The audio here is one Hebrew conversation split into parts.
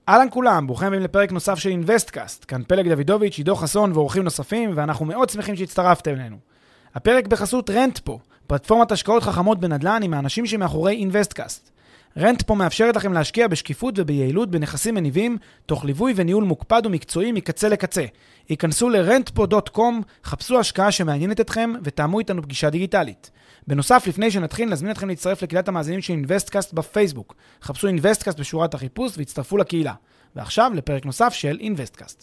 אהלן כולם, ברוכים הבאים לפרק נוסף של אינבסטקאסט. כאן פלג דוידוביץ', עידו חסון ואורחים נוספים, ואנחנו מאוד שמחים שהצטרפתם אלינו. הפרק בחסות רנטפו, פלטפורמת השקעות חכמות בנדל"ן עם האנשים שמאחורי אינבסטקאסט. רנטפו מאפשרת לכם להשקיע בשקיפות וביעילות בנכסים מניבים, תוך ליווי וניהול מוקפד ומקצועי מקצה לקצה. היכנסו ל-rentpo.com, חפשו השקעה שמעניינת אתכם ותאמו איתנו פגישה דיגיטלית. בנוסף, לפני שנתחיל, נזמין אתכם להצטרף לקהילת המאזינים של אינבסטקאסט בפייסבוק. חפשו אינבסטקאסט בשורת החיפוש והצטרפו לקהילה. ועכשיו לפרק נוסף של אינבסטקאסט.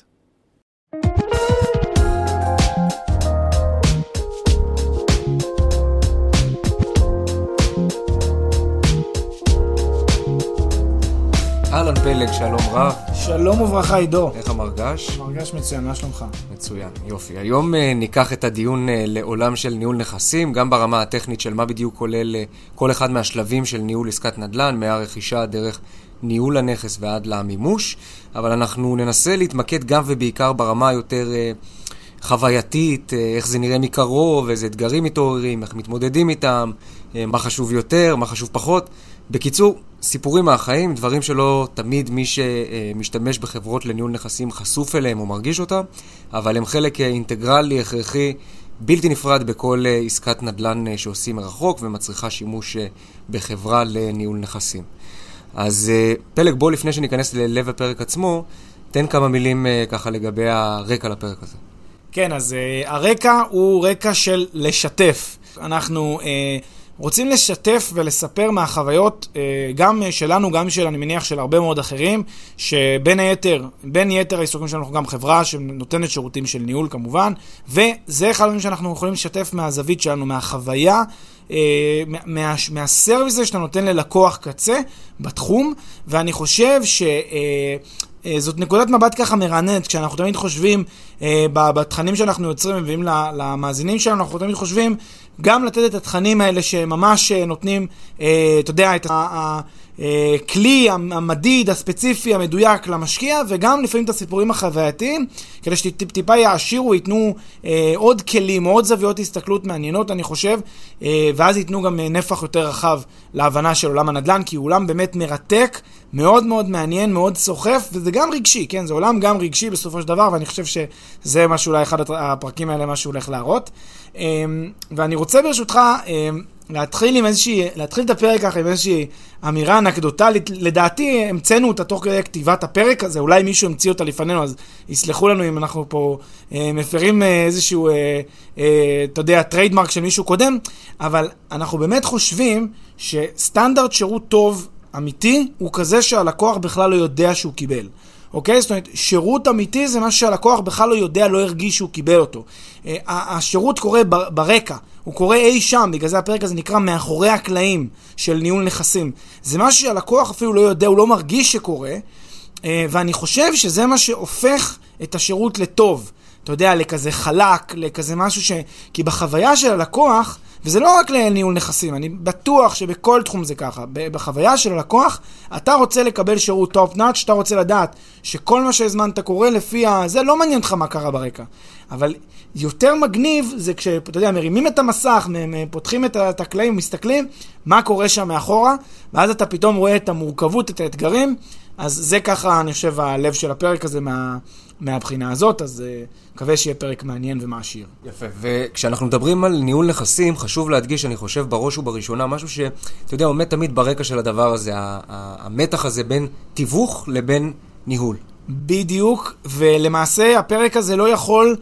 אהלן פלג, שלום רב. שלום וברכה עידו. איך המרגש? מרגש מצוין, מה שלומך? מצוין, יופי. היום ניקח את הדיון לעולם של ניהול נכסים, גם ברמה הטכנית של מה בדיוק כולל כל אחד מהשלבים של ניהול עסקת נדל"ן, מהרכישה דרך ניהול הנכס ועד למימוש, אבל אנחנו ננסה להתמקד גם ובעיקר ברמה יותר חווייתית, איך זה נראה מקרוב, איזה אתגרים מתעוררים, איך מתמודדים איתם, מה חשוב יותר, מה חשוב פחות. בקיצור, סיפורים מהחיים, דברים שלא תמיד מי שמשתמש בחברות לניהול נכסים חשוף אליהם או מרגיש אותם, אבל הם חלק אינטגרלי, הכרחי, בלתי נפרד בכל עסקת נדל"ן שעושים מרחוק ומצריכה שימוש בחברה לניהול נכסים. אז פלג, בוא לפני שניכנס ללב הפרק עצמו, תן כמה מילים ככה לגבי הרקע לפרק הזה. כן, אז הרקע הוא רקע של לשתף. אנחנו רוצים לשתף ולספר מהחוויות, גם שלנו, גם של, אני מניח, של הרבה מאוד אחרים, שבין יתר העיסוקים שלנו גם חברה שנותנת שירותים של ניהול כמובן, וזה אחד הדברים שאנחנו יכולים לשתף מהזווית שלנו, מהחוויה, מהסרוויס שאתה נותן ללקוח קצה בתחום, ואני חושב זאת נקודת מבט ככה מרעננת, כשאנחנו תמיד חושבים, בתכנים שאנחנו יוצרים ומביאים למאזינים שלנו, אנחנו תמיד חושבים גם לתת את התכנים האלה שממש נותנים, אתה יודע, את הכלי המדיד, הספציפי, המדויק למשקיע, וגם לפעמים את הסיפורים החווייתיים, כדי שטיפה יעשירו, ייתנו עוד כלים, עוד זוויות הסתכלות מעניינות, אני חושב, ואז ייתנו גם נפח יותר רחב להבנה של עולם הנדל"ן, כי הוא עולם באמת מרתק, מאוד מאוד מעניין, מאוד סוחף, וזה גם רגשי, כן? זה עולם גם רגשי בסופו של דבר, ואני חושב שזה משהו, אולי אחד הפרקים האלה, משהו הולך להראות. ואני רוצה ברשותך להתחיל את הפרק ככה עם איזושהי אמירה אנקדוטלית. לדעתי המצאנו אותה תוך כדי כתיבת הפרק הזה, אולי מישהו המציא אותה לפנינו, אז יסלחו לנו אם אנחנו פה מפרים איזשהו, אתה יודע, טריידמרק של מישהו קודם, אבל אנחנו באמת חושבים שסטנדרט שירות טוב אמיתי הוא כזה שהלקוח בכלל לא יודע שהוא קיבל. אוקיי? זאת אומרת, שירות אמיתי זה משהו שהלקוח בכלל לא יודע, לא הרגיש שהוא קיבל אותו. השירות קורה ברקע, הוא קורה אי שם, בגלל זה הפרק הזה נקרא מאחורי הקלעים של ניהול נכסים. זה משהו שהלקוח אפילו לא יודע, הוא לא מרגיש שקורה, ואני חושב שזה מה שהופך את השירות לטוב. אתה יודע, לכזה חלק, לכזה משהו כי בחוויה של הלקוח, וזה לא רק לניהול נכסים, אני בטוח שבכל תחום זה ככה. בחוויה של הלקוח, אתה רוצה לקבל שירות טופ נאץ', אתה רוצה לדעת שכל מה שהזמנת קורה לפי זה לא מעניין לך מה קרה ברקע. אבל יותר מגניב זה כשאתה יודע, מרימים את המסך, פותחים את הקלעים, מסתכלים, מה קורה שם מאחורה, ואז אתה פתאום רואה את המורכבות, את האתגרים, אז זה ככה, אני חושב, הלב של הפרק הזה מהבחינה הזאת, אז מקווה שיהיה פרק מעניין ומעשיר. יפה, וכשאנחנו מדברים על ניהול נכסים, חשוב להדגיש, אני חושב, בראש ובראשונה, משהו שאתה יודע, עומד תמיד ברקע של הדבר הזה, המתח הזה בין תיווך לבין ניהול. בדיוק, ולמעשה הפרק הזה לא יכול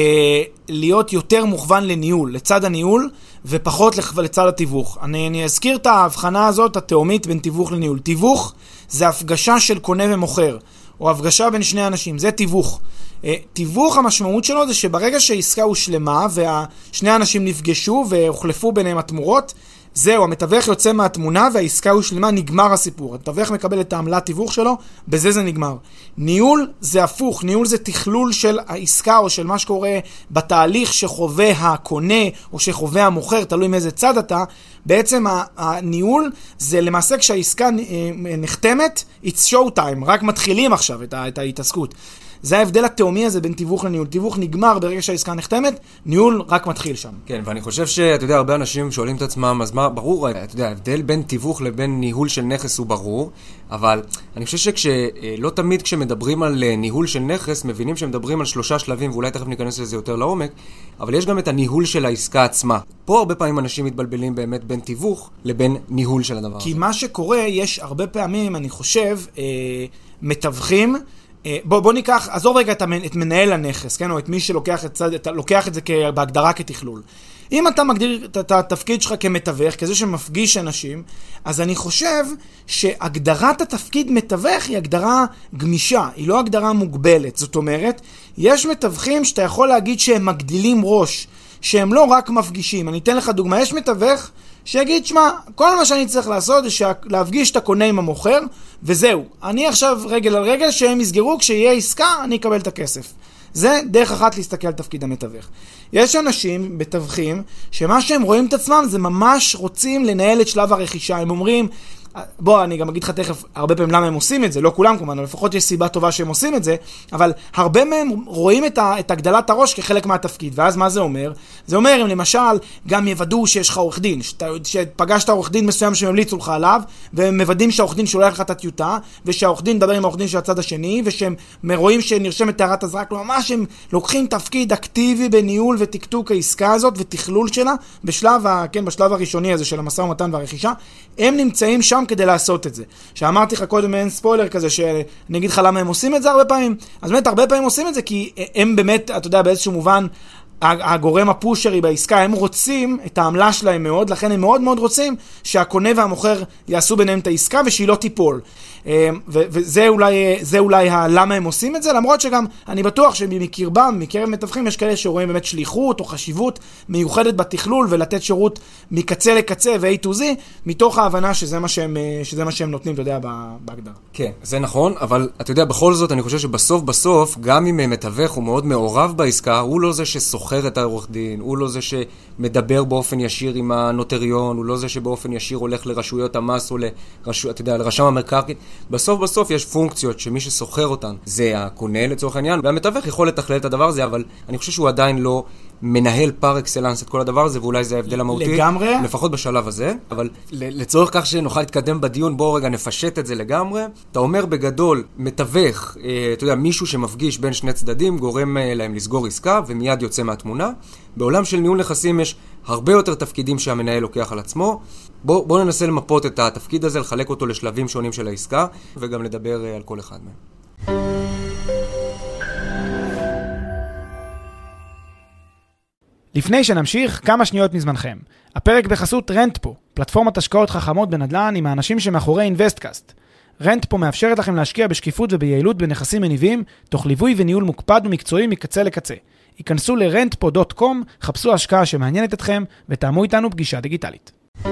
להיות יותר מוכוון לניהול, לצד הניהול, ופחות לצד התיווך. אני אזכיר את ההבחנה הזאת, התאומית בין תיווך לניהול. תיווך זה הפגשה של קונה ומוכר, או הפגשה בין שני אנשים, זה תיווך. תיווך, המשמעות שלו זה שברגע שהעסקה הושלמה, והשני אנשים נפגשו והוחלפו ביניהם התמורות, זהו, המתווך יוצא מהתמונה והעסקה הושלמה, נגמר הסיפור. המתווך מקבל את העמלת תיווך שלו, בזה זה נגמר. ניהול זה הפוך, ניהול זה תכלול של העסקה או של מה שקורה בתהליך שחווה הקונה או שחווה המוכר, תלוי מאיזה צד אתה. בעצם הניהול זה למעשה כשהעסקה נחתמת, it's show time, רק מתחילים עכשיו את ההתעסקות. זה ההבדל התאומי הזה בין תיווך לניהול. תיווך נגמר ברגע שהעסקה נחתמת, ניהול רק מתחיל שם. כן, ואני חושב שאתה יודע, הרבה אנשים שואלים את עצמם, אז מה, ברור, אתה יודע, ההבדל בין תיווך לבין ניהול של נכס הוא ברור, אבל אני חושב לא תמיד כשמדברים על ניהול של נכס, מבינים שמדברים על 3 שלבים, ואולי תכף ניכנס לזה יותר לעומק, אבל יש גם את הניהול של העסקה עצמה. פה הרבה פעמים אנשים מתבלבלים באמת בין תיווך לבין ניהול של הדבר הזה. כי מה שקורה, יש הרבה פעמים, אני חושב, מתווכים, בוא ניקח, עזוב רגע את מנהל הנכס, כן? או את מי שלוקח את זה בהגדרה כתכלול. אם אתה מגדיר את התפקיד שלך כמתווך, כזה שמפגיש אנשים, אז אני חושב שהגדרת התפקיד מתווך היא הגדרה גמישה, היא לא הגדרה מוגבלת. זאת אומרת, יש מתווכים שאתה יכול להגיד שהם מגדילים ראש, שהם לא רק מפגישים. אני אתן לך דוגמה, יש מתווך שיגיד, שמה, כל מה שאני צריך לעשות זה להפגיש את הקונה עם המוכר, וזהו. אני עכשיו רגל על רגל שהם יסגרו, כשיהיה עסקה אני אקבל את הכסף. זה דרך אחת להסתכל על תפקיד המתווך. יש אנשים בתווכים שמה שהם רואים את עצמם זה ממש רוצים לנהל את שלב הרכישה. הם אומרים, בוא, אני גם אגיד לך תכף הרבה פעמים למה הם עושים את זה, לא כולם כמובן, אבל לפחות יש סיבה טובה שהם עושים את זה, אבל הרבה מהם רואים את הגדלת הראש כחלק מהתפקיד, ואז מה זה אומר? זה אומר, אם למשל גם יוודאו שיש לך עורך דין, שפגשת עורך דין מסוים שממליצו לך עליו, והם מוודאים שהעורך דין שולח לך את הטיוטה, ושהעורך דין מדבר עם העורך דין של הצד השני, ושהם רואים שנרשמת הערת הזרק, ממש הם לוקחים תפקיד אקטיבי בניהול ותקתוק העסקה הזאת, ותכלול שלה, בשלב הראשוני הזה של המשא ומתן והרכישה, הם נמצאים שם כדי לעשות את זה. שאמרתי לך קודם אין ספוילר כזה, שאני אגיד לך למה הם עושים את זה הרבה פעמים. אז באמת הרבה פעמים עושים את זה, כי הם באמת, אתה יודע, באיזשהו מובן, הגורם הפושרי בעסקה, הם רוצים את העמלה שלהם מאוד, לכן הם מאוד מאוד רוצים שהקונה והמוכר יעשו ביניהם את העסקה ושהיא לא תיפול. וזה אולי למה הם עושים את זה, למרות שגם אני בטוח שמקרבם, מקרב מתווכים, יש כאלה שרואים באמת שליחות או חשיבות מיוחדת בתכלול ולתת שירות מקצה לקצה ו-A to Z, מתוך ההבנה שזה מה שהם נותנים, אתה יודע, בהגדרה. כן, זה נכון, אבל אתה יודע, בכל זאת אני חושב שבסוף, גם אם מתווך הוא מאוד מעורב בעסקה, הוא לא זה שסוחר את העורך דין, הוא לא זה שמדבר באופן ישיר עם הנוטריון, הוא לא זה שבאופן ישיר הולך לרשויות המס או לרשם המקרקעין. בסוף יש פונקציות שמי שסוחר אותן זה הקונה לצורך העניין, והמתווך יכול לתכלל את הדבר הזה, אבל אני חושב שהוא עדיין לא מנהל פר אקסלנס את כל הדבר הזה, ואולי זה ההבדל המהותי. לגמרי. לפחות בשלב הזה, אבל לצורך כך שנוכל להתקדם בדיון, בואו רגע נפשט את זה לגמרי. אתה אומר בגדול, מתווך, אתה יודע, מישהו שמפגיש בין שני צדדים, גורם להם לסגור עסקה, ומיד יוצא מהתמונה. בעולם של ניהול נכסים יש הרבה יותר תפקידים שהמנהל לוקח על עצמו. בואו ננסה למפות את התפקיד הזה, לחלק אותו לשלבים שונים של העסקה, וגם לדבר על כל אחד מהם. לפני שנמשיך, כמה שניות מזמנכם. הפרק בחסות רנטפו, פלטפורמת השקעות חכמות בנדל"ן עם האנשים שמאחורי אינבסטקאסט. רנטפו מאפשרת לכם להשקיע בשקיפות וביעילות בנכסים מניבים, תוך ליווי וניהול מוקפד ומקצועי מקצה לקצה. היכנסו ל-rentpo.com, חפשו השקעה שמעניינת אתכם ותאמו איתנו פגישה דיגיטלית.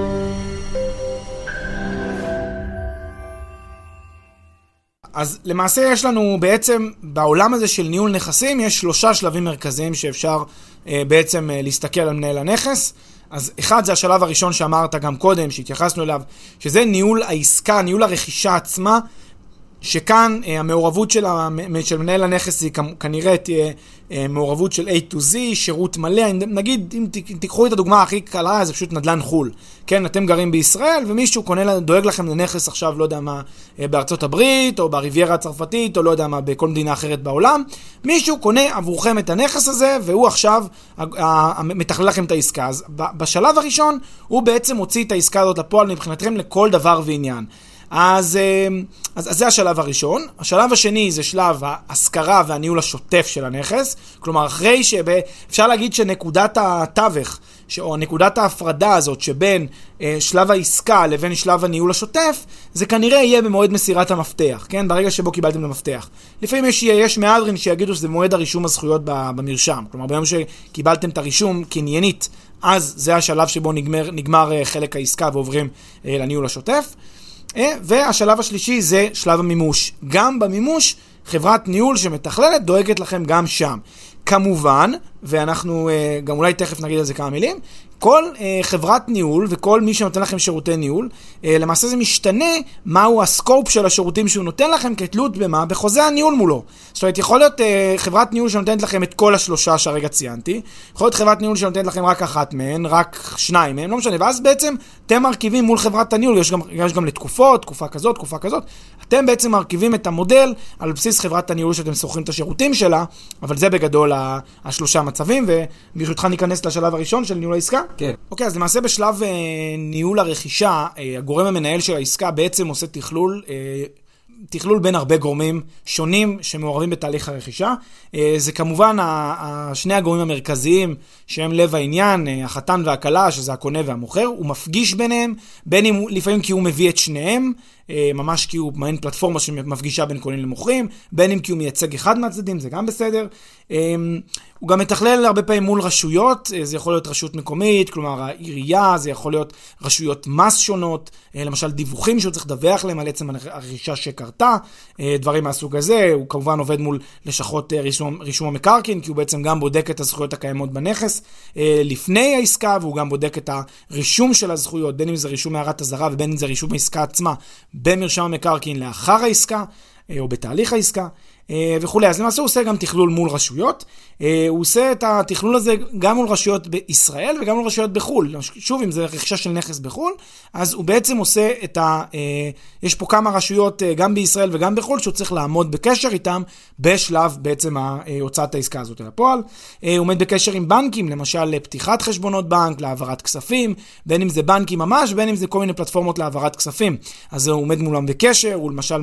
אז למעשה יש לנו בעצם בעולם הזה של ניהול נכסים, יש 3 שלבים מרכזיים שאפשר בעצם להסתכל על מנהל הנכס. אז אחד זה השלב הראשון שאמרת גם קודם, שהתייחסנו אליו, שזה ניהול העסקה, ניהול הרכישה עצמה, שכאן המעורבות של מנהל הנכס היא כנראה תהיה מעורבות של A to Z, שירות מלא. נגיד, אם תיקחו את הדוגמה הכי קלה, זה פשוט נדל"ן חול. כן, אתם גרים בישראל, ומישהו דואג לכם לנכס עכשיו, לא יודע מה, בארצות הברית, או בריביירה הצרפתית, או לא יודע מה, בכל מדינה אחרת בעולם. מישהו קונה עבורכם את הנכס הזה, והוא עכשיו מתכלל לכם את העסקה. אז בשלב הראשון, הוא בעצם הוציא את העסקה הזאת לפועל מבחינתכם לכל דבר ועניין. אז זה השלב הראשון. השלב השני זה שלב ההשכרה והניהול השוטף של הנכס. כלומר, אחרי אפשר להגיד שנקודת התווך, או נקודת ההפרדה הזאת שבין שלב העסקה לבין שלב הניהול השוטף, זה כנראה יהיה במועד מסירת המפתח, כן? ברגע שבו קיבלתם למפתח. לפעמים יש מהדרין שיגידו שזה מועד הרישום הזכויות במרשם. כלומר, ביום שקיבלתם את הרישום קניינית, אז זה השלב שבו נגמר חלק העסקה ועוברים לניהול השוטף. והשלב השלישי זה שלב המימוש. גם במימוש, חברת ניהול שמתכללת דואגת לכם גם שם. כמובן, ואנחנו גם אולי תכף נגיד על זה כמה מילים, כל חברת ניהול וכל מי שנותן לכם שירותי ניהול, למעשה זה משתנה מהו הסקופ של השירותים שהוא נותן לכם כתלות במה? בחוזה הניהול מולו. זאת אומרת, יכול להיות חברת ניהול שנותנת לכם את כל השלושה שהרגע ציינתי, יכול להיות חברת ניהול שנותנת לכם רק אחת מהן, רק שניים מהן, לא משנה, ואז בעצם אתם מרכיבים מול חברת הניהול, יש גם לתקופות, תקופה כזאת, אתם בעצם מרכיבים את המודל על בסיס חברת הניהול שאתם שוכרים את השירותים שלה, אבל זה בגדול השלושה מצבים, וברשותך ניכנס לשלב הראשון של ניהול העסקה. כן. אוקיי, אז למעשה בשלב ניהול הרכישה, הגורם המנהל של העסקה בעצם עושה תכלול בין הרבה גורמים שונים שמעורבים בתהליך הרכישה. זה כמובן שני הגורמים המרכזיים שהם לב העניין, החתן והכלה, שזה הקונה והמוכר, הוא מפגיש ביניהם, בין אם לפעמים כי הוא מביא את שניהם, ממש כי הוא מעין פלטפורמה שמפגישה בין קונים למוכרים, בין אם כי הוא מייצג אחד מהצדדים, זה גם בסדר. הוא גם מתכלל הרבה פעמים מול רשויות, זה יכול להיות רשות מקומית, כלומר העירייה, זה יכול להיות רשויות מס שונות, למשל דיווחים שהוא צריך לדווח להם על עצם הרכישה שקרתה, דברים מהסוג הזה. הוא כמובן עובד מול לשכות רישום המקרקעין, כי הוא בעצם גם בודק את הזכויות הקיימות בנכס לפני העסקה, והוא גם בודק את הרישום של הזכויות, בין אם זה רישום הערת אזהרה ובין אם זה רישום העסקה עצמה, במרשם המקרקעין לאחר העסקה, או בתהליך העסקה, וכו'. אז למעשה הוא עושה גם תכלול מול רשויות, הוא עושה את התכלול הזה גם מול רשויות בישראל וגם מול רשויות בחול. שוב, אם זה רכישה של נכס בחול, אז הוא בעצם עושה יש פה כמה רשויות גם בישראל וגם בחול, שהוא צריך לעמוד בקשר איתם בשלב בעצם הוצאת העסקה הזאת אל הפועל. הוא עומד בקשר עם בנקים, למשל לפתיחת חשבונות בנק, להעברת כספים, בין אם זה בנקים ממש, בין אם זה כל מיני פלטפורמות להעברת כספים. אז הוא עומד מולם בקשר, הוא למשל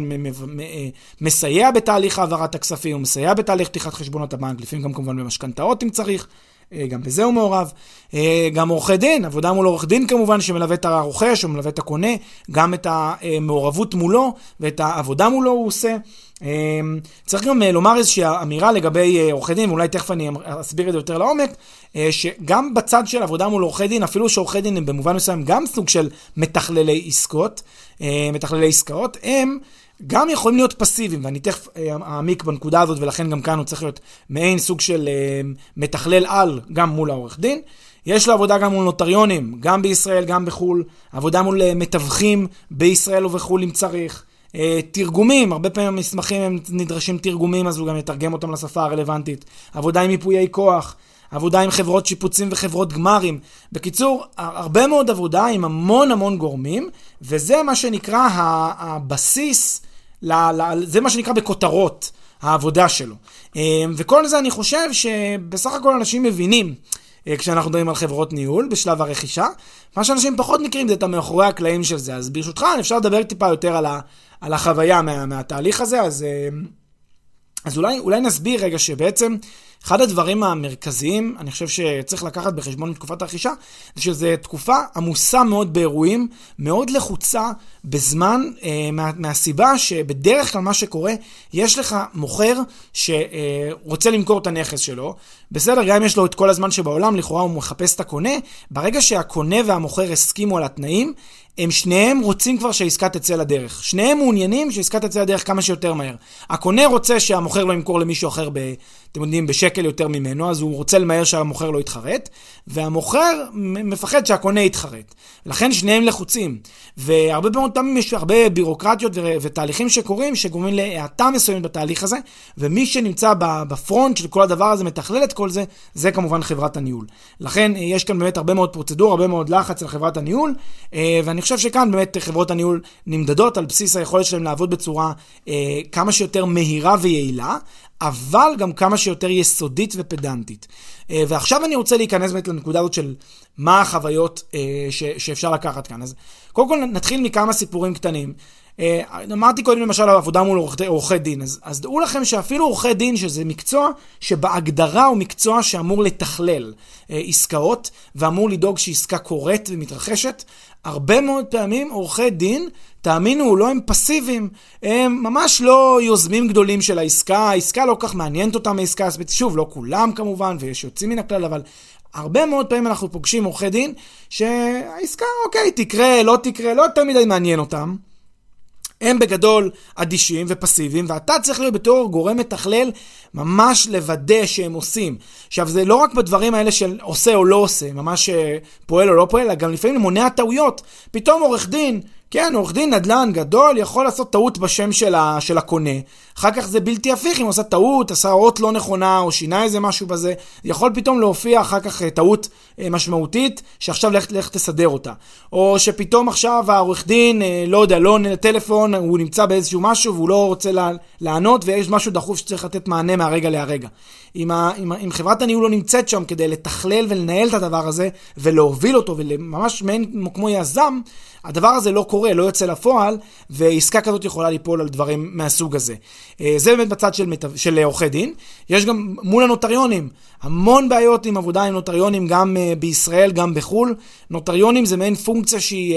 מסייע בתהליך העברת הכספים, הוא מסייע בתהליך פתיחת חשבונות הבנק, לפעמים גם כמובן במשכנתאות אם צריך, גם בזה הוא מעורב. גם עורכי דין, עבודה מול עורך דין כמובן, שמלווה את הרוכש או מלווה את הקונה, גם את המעורבות מולו ואת העבודה מולו הוא עושה. צריך גם לומר איזושהי אמירה לגבי עורכי דין, ואולי תכף אני אסביר את זה יותר לעומק, שגם בצד של עבודה מול עורכי דין, אפילו שעורכי דין הם במובן מסוים גם סוג של מתכללי עסקאות, הם גם יכולים להיות פסיביים, ואני תכף אעמיק בנקודה הזאת, ולכן גם כאן הוא צריך להיות מעין סוג של מתכלל על גם מול העורך דין. יש לו עבודה גם מול נוטריונים, גם בישראל, גם בחול, עבודה מול מתווכים בישראל ובחול אם צריך. תרגומים, הרבה פעמים המסמכים הם נדרשים תרגומים, אז הוא גם יתרגם אותם לשפה הרלוונטית. עבודה עם מיפויי כוח, עבודה עם חברות שיפוצים וחברות גמרים. בקיצור, הרבה מאוד עבודה עם המון גורמים, וזה מה שנקרא הבסיס, זה מה שנקרא בכותרות העבודה שלו. וכל זה אני חושב שבסך הכל אנשים מבינים, כשאנחנו מדברים על חברות ניהול בשלב הרכישה, מה שאנשים פחות מכירים זה את המאחורי הקלעים של זה. אז ברשותך, אפשר לדבר טיפה יותר על החוויה מהתהליך הזה, אז אולי נסביר רגע שבעצם אחד הדברים המרכזיים, אני חושב שצריך לקחת בחשבון בתקופת הרכישה, זה שזו תקופה עמוסה מאוד באירועים, מאוד לחוצה בזמן, מהסיבה שבדרך כלל מה שקורה, יש לך מוכר שרוצה למכור את הנכס שלו, בסדר, גם אם יש לו את כל הזמן שבעולם, לכאורה הוא מחפש את הקונה, ברגע שהקונה והמוכר הסכימו על התנאים, הם שניהם רוצים כבר שהעסקה תצא לדרך. שניהם מעוניינים שהעסקה תצא לדרך כמה שיותר מהר. הקונה רוצה שהמוכר לא ימכור למישהו אחר אתם יודעים, בשקל יותר ממנו, אז הוא רוצה למהר שהמוכר לא יתחרט, והמוכר מפחד שהקונה יתחרט. לכן שניהם לחוצים. והרבה פעמים יש הרבה בירוקרטיות ותהליכים שקורים, שגורמים להאטה מסוימת בתהליך הזה, ומי שנמצא בפרונט של כל הדבר הזה, מתכלל את כל זה, זה כמובן חברת הניהול. לכן יש כאן באמת הרבה מאוד פרוצדור, הרבה מאוד לחץ על חברת הניהול, ואני חושב שכאן באמת חברות הניהול נמדדות על בסיס היכולת שלהם לעבוד בצורה כמה שיותר מהירה ויעילה, אבל גם כמה שיותר יסודית ופדנטית. ועכשיו אני רוצה להיכנס באמת לנקודה הזאת של מה החוויות שאפשר לקחת כאן. אז קודם כל נתחיל מכמה סיפורים קטנים. אמרתי קודם למשל עבודה מול עורכי דין, אז דעו לכם שאפילו עורכי דין, שזה מקצוע שבהגדרה הוא מקצוע שאמור לתכלל עסקאות, ואמור לדאוג שעסקה קורית ומתרחשת, הרבה מאוד פעמים עורכי דין, תאמינו, לא הם פסיביים, הם ממש לא יוזמים גדולים של העסקה, העסקה לא כך מעניינת אותם העסקה, שוב, לא כולם כמובן, ויש יוצאים מן הכלל, אבל הרבה מאוד פעמים אנחנו פוגשים עורכי דין, שהעסקה, אוקיי, תקרה, לא תקרה, לא יותר מדי מעניין אותם, הם בגדול אדישים ופסיביים, ואתה צריך להיות בתור גורם מתכלל ממש לוודא שהם עושים. עכשיו, זה לא רק בדברים האלה של עושה או לא עושה, ממש פועל או לא פועל, אלא גם לפעמים מונע טעויות. פתאום עורך דין, כן, עורך דין נדל"ן גדול יכול לעשות טעות בשם של הקונה. אחר כך זה בלתי הפיך, אם עושה טעות, עשה אות לא נכונה או שינה איזה משהו בזה, יכול פתאום להופיע אחר כך טעות משמעותית, שעכשיו לך תסדר אותה. או שפתאום עכשיו העורך דין, לא יודע, לא עונה לטלפון, הוא נמצא באיזשהו משהו והוא לא רוצה לענות, ויש משהו דחוף שצריך לתת מענה מהרגע להרגע. אם חברת הניהול לא נמצאת שם כדי לתכלל ולנהל את הדבר הזה, ולהוביל אותו, וממש מעין כמו יזם, הדבר הזה לא קורה, לא יוצא לפועל, ועסקה כזאת יכולה ליפול על דברים מהסוג הזה. זה באמת בצד של עורכי דין. יש גם מול הנוטריונים, המון בעיות עם עבודה עם נוטריונים, גם בישראל, גם בחול. נוטריונים זה מעין פונקציה שהיא,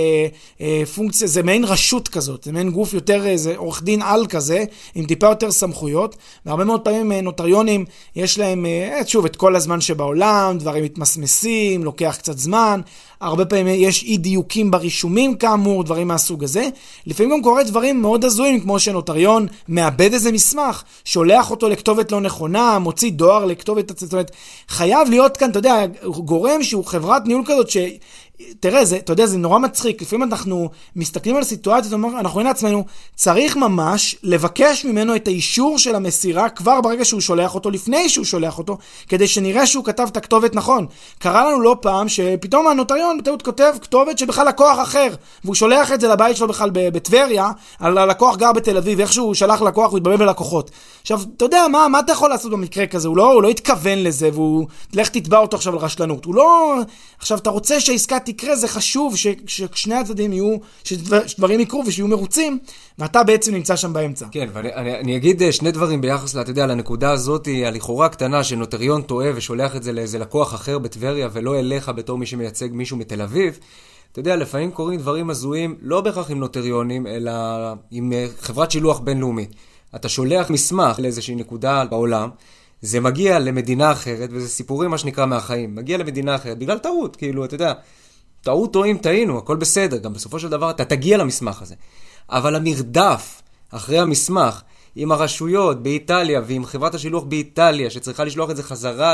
זה מעין רשות כזאת, זה מעין גוף יותר, זה עורך דין על כזה, עם טיפה יותר סמכויות, והרבה מאוד פעמים נוטריונים, יש להם, שוב, את כל הזמן שבעולם, דברים מתמסמסים, לוקח קצת זמן, הרבה פעמים יש אי דיוקים ברישומים כאמור, דברים מהסוג הזה. לפעמים גם קורה דברים מאוד הזויים, כמו שנוטריון מאבד איזה מסמך, שולח אותו לכתובת לא נכונה, מוציא דואר לכתובת, זאת אומרת, חייב להיות כאן, אתה יודע, גורם שהוא חברת ניהול כזאת תראה, אתה יודע, זה נורא מצחיק. לפעמים אנחנו מסתכלים על סיטואציות, אנחנו רואים לעצמנו, צריך ממש לבקש ממנו את האישור של המסירה כבר ברגע שהוא שולח אותו, לפני שהוא שולח אותו, כדי שנראה שהוא כתב את הכתובת נכון. קרה לנו לא פעם שפתאום הנוטריון בטעות כותב כתובת שבכלל לקוח אחר, והוא שולח את זה לבית שלו בכלל בטבריה, הלקוח גר בתל אביב, איך שהוא שלח לקוח, הוא התבלבל בלקוחות. עכשיו, אתה יודע, מה אתה יכול לעשות במקרה כזה? הוא לא התכוון לזה, והוא לך תתבע אותו עכשיו על רשלנות. הוא לא, עכשיו, אתה רוצה שהעסקה תקרה, זה חשוב ששני הצדדים יהיו, שדברים יקרו ושיהיו מרוצים, ואתה בעצם נמצא שם באמצע. כן, ואני אגיד שני דברים ביחס, אתה יודע, לנקודה הזאת, הלכאורה קטנה, שנוטריון טועה ושולח את זה לאיזה לקוח אחר בטבריה, ולא אליך בתור מי שמייצג מישהו מתל אביב. אתה יודע, לפעמים קורים דברים הזויים, לא בהכרח עם נוטריונים, אלא עם חברת שילוח בינלאומית. אתה שולח מסמך לאיזושהי נקודה בעולם, זה מגיע למדינה אחרת, וזה סיפורים מה שנקרא מהחיים. מגיע למדינה אחרת, בגלל טעות, כאילו, אתה יודע, טעות או אם טעינו, הכל בסדר, גם בסופו של דבר אתה תגיע למסמך הזה. אבל המרדף אחרי המסמך, עם הרשויות באיטליה ועם חברת השילוח באיטליה, שצריכה לשלוח את זה חזרה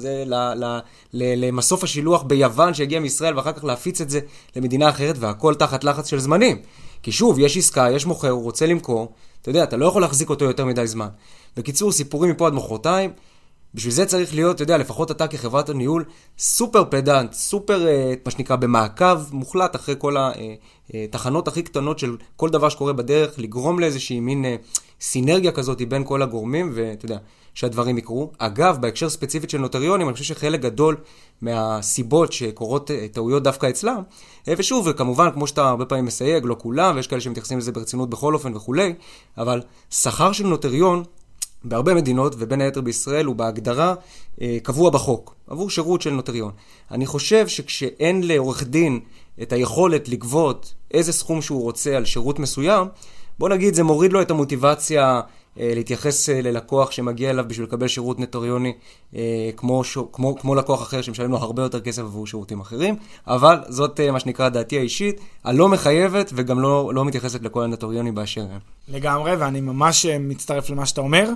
למסוף השילוח ביוון שהגיע מישראל, ואחר כך להפיץ את זה למדינה אחרת, והכל תחת לחץ של זמנים. כי שוב, יש עסקה, יש מוכר, הוא רוצה למכור, אתה יודע, אתה לא יכול להחזיק אותו יותר מדי זמן. בקיצור, סיפורים מפה עד מחרתיים, בשביל זה צריך להיות, אתה יודע, לפחות אתה כחברת הניהול, סופר פדנט, סופר, מה שנקרא, במעקב מוחלט אחרי כל התחנות הכי קטנות של כל דבר שקורה בדרך, לגרום לאיזושהי מין סינרגיה כזאת בין כל הגורמים, ואתה יודע, שהדברים יקרו. אגב, בהקשר ספציפית של נוטריונים, אני חושב שחלק גדול מהסיבות שקורות טעויות דווקא אצלם, ושוב, וכמובן, כמו שאתה הרבה פעמים מסייג, לא כולם, ויש כאלה שמתייחסים לזה ברצינות בכל אופן וכולי, אבל שכר של נוטריון, בהרבה מדינות, ובין היתר בישראל, הוא בהגדרה קבוע בחוק, עבור שירות של נוטריון. אני חושב שכשאין לעורך דין את היכולת לגבות איזה סכום שהוא רוצה על שירות מסוים, בוא נגיד, זה מוריד לו את המוטיבציה להתייחס ללקוח שמגיע אליו בשביל לקבל שירות נוטריוני, כמו לקוח אחר שמשלם לו הרבה יותר כסף עבור שירותים אחרים, אבל זאת מה שנקרא דעתי האישית, הלא מחייבת וגם לא מתייחסת לכל הנוטריוני באשר הם. לגמרי, ואני ממש מצטרף למה שאתה אומר.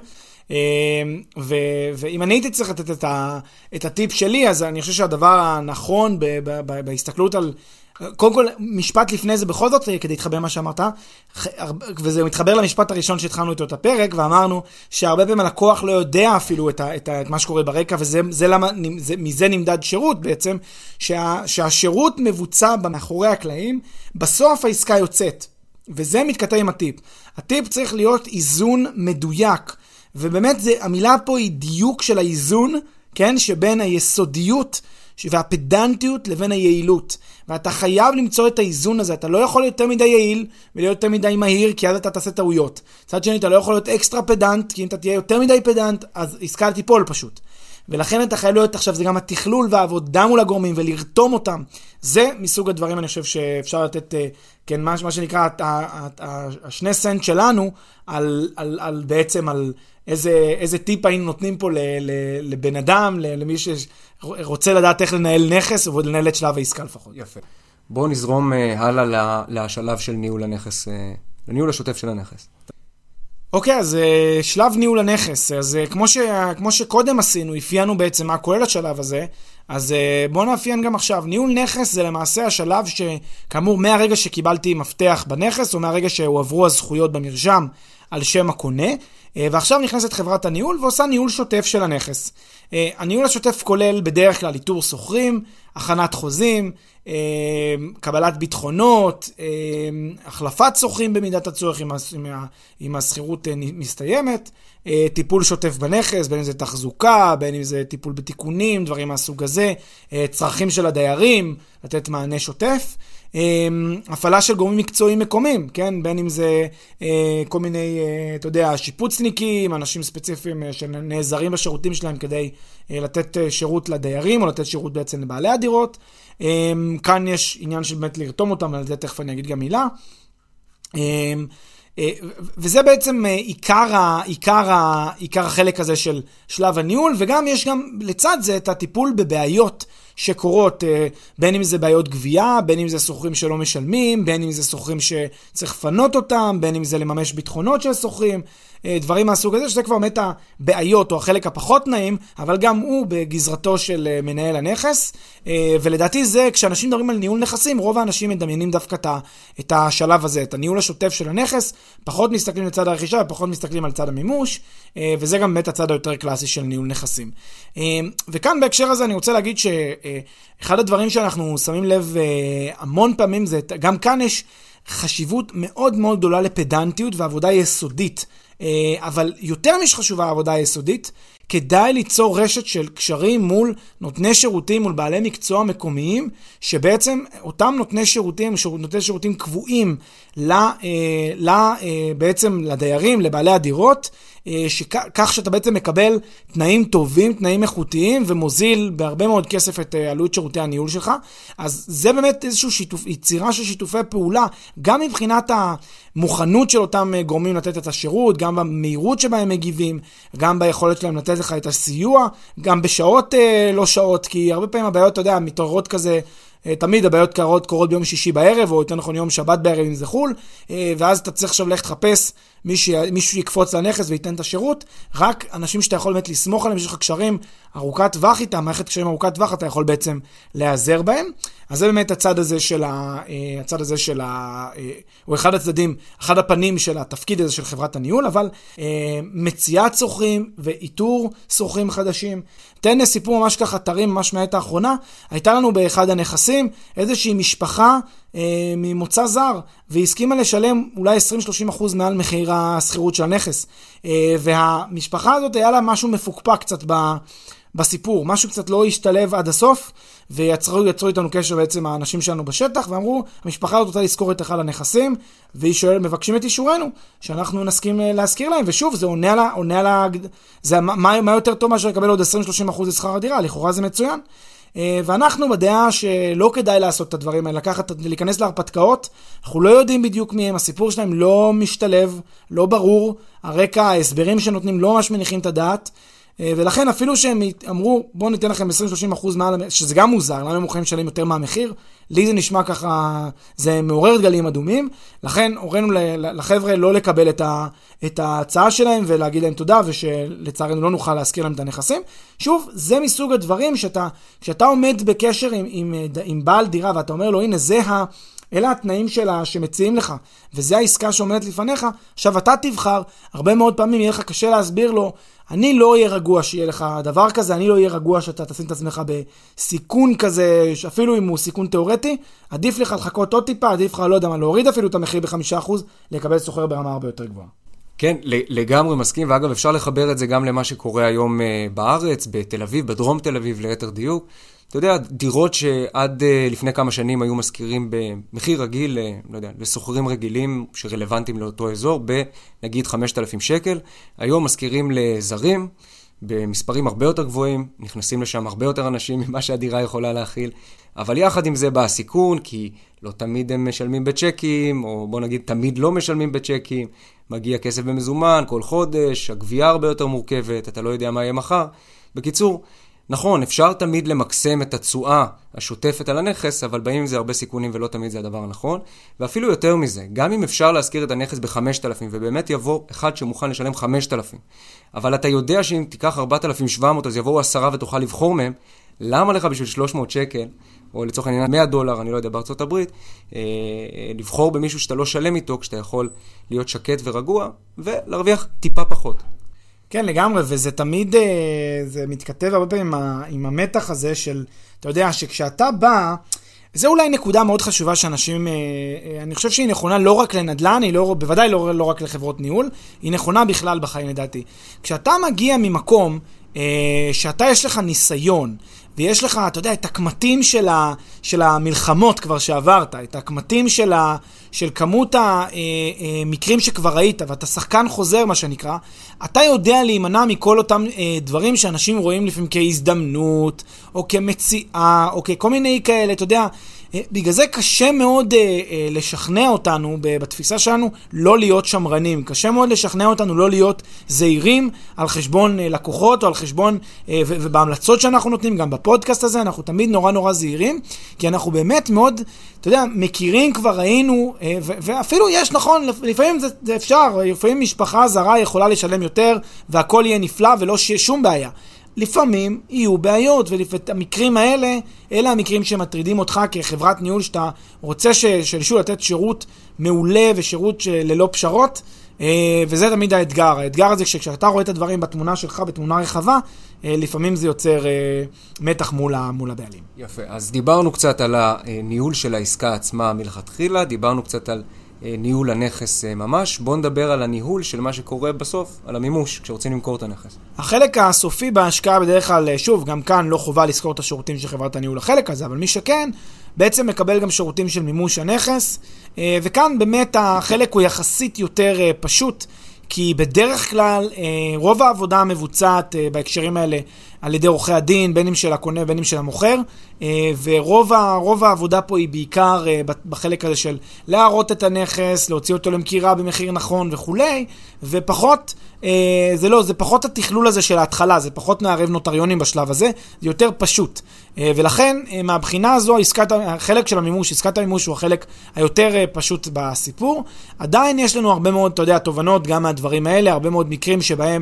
ואם אני הייתי צריך לתת את הטיפ שלי, אז אני חושב שהדבר הנכון בהסתכלות על, קודם כל, משפט לפני זה בכל זאת, כדי להתחבר מה שאמרת, וזה מתחבר למשפט הראשון שהתחלנו איתו את הפרק, ואמרנו שהרבה פעמים הלקוח לא יודע אפילו את מה שקורה ברקע, ומזה נמדד שירות בעצם, שהשירות מבוצע מאחורי הקלעים, בסוף העסקה יוצאת, וזה מתכתב עם הטיפ. הטיפ צריך להיות איזון מדויק, ובאמת המילה פה היא דיוק של האיזון, כן, שבין היסודיות והפדנטיות לבין היעילות. ואתה חייב למצוא את האיזון הזה, אתה לא יכול להיות יותר מדי יעיל ולהיות יותר מדי מהיר, כי אז אתה תעשה טעויות. צד שני, אתה לא יכול להיות אקסטרה פדנט, כי אם אתה תהיה יותר מדי פדנט, אז עסקה תיפול פשוט. ולכן אתה חייב להיות עכשיו, זה גם התכלול והעבודה מול הגורמים ולרתום אותם. זה מסוג הדברים, אני חושב שאפשר לתת, כן, מה שנקרא, השני סנט שלנו, על בעצם על איזה טיפ היינו נותנים פה לבן אדם, למי שרוצה לדעת איך לנהל נכס, ולנהל את שלב העסקה לפחות. יפה. בואו נזרום הלאה לשלב של ניהול הנכס לניהול השוטף של הנכס. אוקיי, אז שלב ניהול הנכס, אז כמו שקודם עשינו, אפיינו בעצם מה כולל השלב הזה, אז בואו נאפיין גם עכשיו. ניהול נכס זה למעשה השלב שכאמור מהרגע שקיבלתי מפתח בנכס, או מהרגע שהועברו הזכויות במרשם על שם הקונה, ועכשיו נכנסת חברת הניהול ועושה ניהול שוטף של הנכס. הניהול השוטף כולל בדרך כלל איתור סוחרים, הכנת חוזים, קבלת ביטחונות, החלפת סוחרים במידת הצורך אם הסחירות מסתיימת, טיפול שוטף בנכס, בין אם זה תחזוקה, בין אם זה טיפול בתיקונים, דברים מהסוג הזה, צרכים של הדיירים, לתת מענה שוטף, הפעלה של גורמים מקצועיים מקומיים, כן? בין אם זה כל מיני, אתה יודע, שיפוצניקים, אנשים ספציפיים שנעזרים בשירותים שלהם כדי לתת שירות לדיירים, או לתת שירות בעצם לבעלי הדירות. כאן יש עניין של באמת לרתום אותם, על זה תכף אני אגיד גם מילה. וזה בעצם עיקר החלק הזה של שלב הניהול, וגם יש גם לצד זה את הטיפול בבעיות שקורות, בין אם זה בעיות גבייה, בין אם זה סוחרים שלא משלמים, בין אם זה סוחרים שצריך לפנות אותם, בין אם זה לממש ביטחונות של סוחרים, דברים מהסוג הזה, שזה כבר באמת הבעיות או החלק הפחות נעים, אבל גם הוא בגזרתו של מנהל הנכס, ולדעתי זה, כשאנשים מדברים על ניהול נכסים, רוב האנשים מדמיינים דווקא את השלב הזה, את הניהול השוטף של הנכס, פחות מסתכלים לצד הרכישה, ופחות מסתכלים על צד המימוש, וזה גם באמת הצד היותר קלאסי של ניהול נכסים. וכאן בהקשר הזה אני רוצה להגיד שאחד הדברים שאנחנו שמים לב המון פעמים, זה גם כאן יש חשיבות מאוד מאוד גדולה לפדנטיות ועבודה יסודית, אבל יותר משחשובה העבודה היסודית, כדאי ליצור רשת של קשרים מול נותני שירותים, מול בעלי מקצוע מקומיים, שבעצם אותם נותני שירותים קבועים בעצם לדיירים, לבעלי הדירות, כך שאתה בעצם מקבל תנאים טובים, תנאים איכותיים, ומוזיל בהרבה מאוד כסף את עלות שירותי הניהול שלך. אז זה באמת איזושהי יצירה של שיתופי פעולה, גם מבחינת המוכנות של אותם גורמים לתת את השירות, גם במהירות שבה הם מגיבים, גם ביכולת שלהם לתת לך את הסיוע, גם בשעות לא שעות, כי הרבה פעמים הבעיות, אתה יודע, מתעוררות כזה, תמיד הבעיות קורות ביום שישי בערב, או יותר נכון יום שבת בערב אם זה חול, ואז אתה צריך עכשיו ללכת לחפש מישהו יקפוץ לנכס וייתן את השירות, רק אנשים שאתה יכול באמת לסמוך עליהם, יש לך קשרים ארוכת טווח איתם, מערכת קשרים ארוכת טווח, אתה יכול בעצם להיעזר בהם. אז זה באמת הצד הזה הוא אחד הצדדים, אחד הפנים של התפקיד הזה של חברת הניהול, אבל מציאת סוחרים ואיתור סוחרים חדשים. תן סיפור ממש ככה טרים, ממש מהעת האחרונה, הייתה לנו באחד הנכסים איזושהי משפחה ממוצא זר, והסכימה לשלם אולי 20-30% מעל מחיר הסחירות של הנכס. והמשפחה הזאת היה לה משהו מפוקפק קצת בסיפור, משהו קצת לא השתלב עד הסוף, ויצרו איתנו קשר בעצם האנשים שלנו בשטח, ואמרו, המשפחה הזאת רוצה לזכור את אחד הנכסים, והיא מבקשים את אישורנו, שאנחנו נסכים להזכיר להם, ושוב, זה עונה לה, מה יותר טוב מאשר לקבל עוד 20-30% לשכר הדירה, לכאורה זה מצוין. ואנחנו בדעה שלא כדאי לעשות את הדברים האלה, להיכנס להרפתקאות, אנחנו לא יודעים בדיוק מי הם, הסיפור שלהם לא משתלב, לא ברור, הרקע, ההסברים שנותנים לא ממש מניחים את הדעת, ולכן אפילו שהם אמרו, בואו ניתן לכם 20-30% מעל, שזה גם מוזר, למה הם מוכנים לשלם יותר מהמחיר, לי זה נשמע ככה, זה מעורר דגלים אדומים, לכן הורינו לחבר'ה לא לקבל את ההצעה שלהם ולהגיד להם תודה, ושלצערנו לא נוכל להזכיר להם את הנכסים. שוב, זה מסוג הדברים כשאתה עומד בקשר עם בעל דירה, ואתה אומר לו, הנה אלה התנאים שלה שמציעים לך, וזה העסקה שעומדת לפניך, עכשיו אתה תבחר, הרבה מאוד פעמים יהיה לך קשה להסביר לו, אני לא אהיה רגוע שיהיה לך דבר כזה, אני לא אהיה רגוע שאתה תשים את עצמך בסיכון כזה, אפילו אם הוא סיכון תיאורטי, עדיף לך לחכות עוד טיפה, עדיף לך לא יודע מה, להוריד אפילו את המחיר ב5%, לקבל סוחר ברמה הרבה יותר גבוהה. כן, לגמרי מסכים, ואגב אפשר לחבר את זה גם למה שקורה היום בארץ, בתל אביב, בדרום תל אביב ליתר דיוק. אתה יודע, דירות שעד לפני כמה שנים היו מזכירים במחיר רגיל, לא יודע, לסוחרים רגילים שרלוונטיים לאותו אזור, בנגיד 5,000 שקל, היום מזכירים לזרים במספרים הרבה יותר גבוהים, נכנסים לשם הרבה יותר אנשים ממה שהדירה יכולה להכיל, אבל יחד עם זה בא הסיכון, כי לא תמיד הם משלמים בצ'קים, או בוא נגיד תמיד לא משלמים בצ'קים, מגיע כסף במזומן כל חודש, הגבייה הרבה יותר מורכבת, אתה לא יודע מה יהיה מחר. בקיצור, נכון, אפשר תמיד למקסם את התשואה השוטפת על הנכס, אבל באים עם זה הרבה סיכונים ולא תמיד זה הדבר הנכון. ואפילו יותר מזה, גם אם אפשר להשכיר את הנכס ב-5,000, ובאמת יבוא אחד שמוכן לשלם 5,000, אבל אתה יודע שאם תיקח 4,700, אז יבואו 10 ותוכל לבחור מהם, למה לך בשביל 300 שקל, או לצורך העניין $100, אני לא יודע, בארצות הברית, לבחור במישהו שאתה לא שלם איתו, כשאתה יכול להיות שקט ורגוע, ולהרוויח טיפה פחות. כן, לגמרי, וזה תמיד, זה מתכתב הרבה פעמים עם המתח הזה של, אתה יודע, שכשאתה בא, זה אולי נקודה מאוד חשובה שאנשים, אני חושב שהיא נכונה לא רק לנדל"ן, היא בוודאי לא רק לחברות ניהול, היא נכונה בכלל בחיים לדעתי. כשאתה מגיע ממקום, שאתה יש לך ניסיון, ויש לך, אתה יודע, את הקמטים של המלחמות כבר שעברת, את הקמטים של כמות המקרים שכבר ראית, ואתה שחקן חוזר, מה שנקרא, אתה יודע להימנע מכל אותם דברים שאנשים רואים לפעמים כהזדמנות, או כמציאה, או ככל מיני כאלה, אתה יודע, בגלל זה קשה מאוד לשכנע אותנו בתפיסה שלנו לא להיות שמרנים. קשה מאוד לשכנע אותנו לא להיות זהירים על חשבון לקוחות או על חשבון, ובהמלצות שאנחנו נותנים גם בפודקאסט הזה אנחנו תמיד נורא זהירים, כי אנחנו באמת מאוד, אתה יודע, מכירים, כבר ראינו, ואפילו יש, נכון, לפעמים זה אפשר, לפעמים משפחה זרה יכולה לשלם יותר והכל יהיה נפלא ולא שיהיה שום בעיה. לפעמים יהיו בעיות, והמקרים האלה, אלה המקרים שמטרידים אותך כחברת ניהול, שאתה רוצה ששוב לתת שירות מעולה ושירות ללא פשרות, וזה תמיד האתגר. האתגר הזה כשאתה רואה את הדברים בתמונה שלך, בתמונה רחבה, לפעמים זה יוצר מתח מול הבעלים. יפה, אז דיברנו קצת על הניהול של העסקה עצמה מלכתחילה, דיברנו קצת על ניהול הנכס ממש. בואו נדבר על הניהול של מה שקורה בסוף, על המימוש, כשרוצים למכור את הנכס. החלק הסופי בהשקעה בדרך כלל, שוב, גם כאן לא חובה לזכור את השירותים של חברת הניהול החלק הזה, אבל מי שכן, בעצם מקבל גם שירותים של מימוש הנכס, וכאן באמת החלק הוא יחסית יותר פשוט, כי בדרך כלל רוב העבודה המבוצעת בהקשרים האלה על ידי עורכי הדין, בין אם של הקונה בין אם של המוכר, ורוב העבודה פה היא בעיקר בחלק הזה של להראות את הנכס, להוציא אותו למכירה במחיר נכון וכולי, ופחות, זה פחות התכלול הזה של ההתחלה, זה פחות מערב נוטריונים בשלב הזה, זה יותר פשוט. ולכן מהבחינה הזו, החלק של המימוש, עסקת המימוש הוא החלק היותר פשוט בסיפור. עדיין יש לנו הרבה מאוד, אתה יודע, תובנות גם מהדברים האלה, הרבה מאוד מקרים שבהם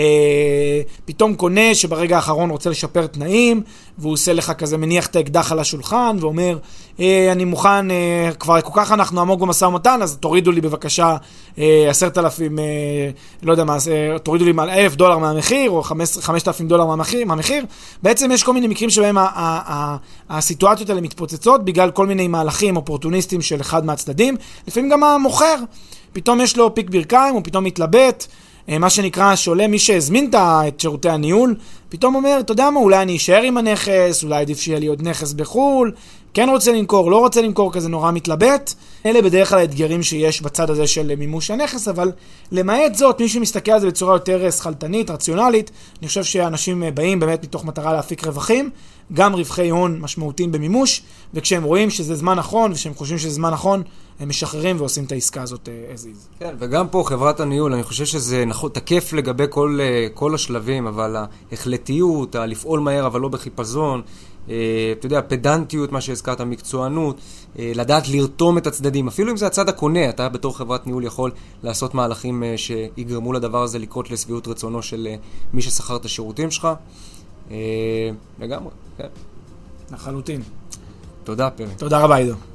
פתאום קונה שברגע האחרון רוצה לשפר תנאים, והוא עושה לך כזה, מניח את האקדח על השולחן, ואומר, אני מוכן, כבר כל כך אנחנו עמוק במשא ומתן, אז תורידו לי בבקשה 10,000, לא יודע מה, תורידו לי $1,000 מהמחיר, או $5,000 מהמחיר. בעצם יש כל מיני מקרים שבהם הסיטואציות האלה מתפוצצות, בגלל כל מיני מהלכים אופורטוניסטיים של אחד מהצדדים. לפעמים גם המוכר, פתאום יש לו פיק ברכיים, הוא פתאום מתלבט, מה שנקרא שעולה מי שהזמין את שירותי הניהול, פתאום אומר, אתה יודע מה, אולי אני אשאר עם הנכס, אולי עדיף שיהיה לי עוד נכס בחול, כן רוצה למכור, לא רוצה למכור, כזה נורא מתלבט. אלה בדרך כלל האתגרים שיש בצד הזה של מימוש הנכס, אבל למעט זאת, מי שמסתכל על זה בצורה יותר שכלתנית, רציונלית, אני חושב שאנשים באים באמת מתוך מטרה להפיק רווחים, גם רווחי הון משמעותיים במימוש, וכשהם רואים שזה זמן נכון, ושהם חושבים שזה זמן נכון, הם משחררים ועושים את העסקה הזאת as is. כן, וגם פה חברת הניהול, אני חושב שזה נכון, תקף לגבי כל השלבים, אבל ההחלטיות, לפעול מהר אבל לא בחיפזון, אתה יודע, פדנטיות, מה שהזכרת, מקצוענות, לדעת לרתום את הצדדים, אפילו אם זה הצד הקונה, אתה בתור חברת ניהול יכול לעשות מהלכים שיגרמו לדבר הזה לקרות לשביעות רצונו של מי ששכר את השירותים שלך. לגמרי, כן. לחלוטין. תודה, פרי. תודה רבה, עידו.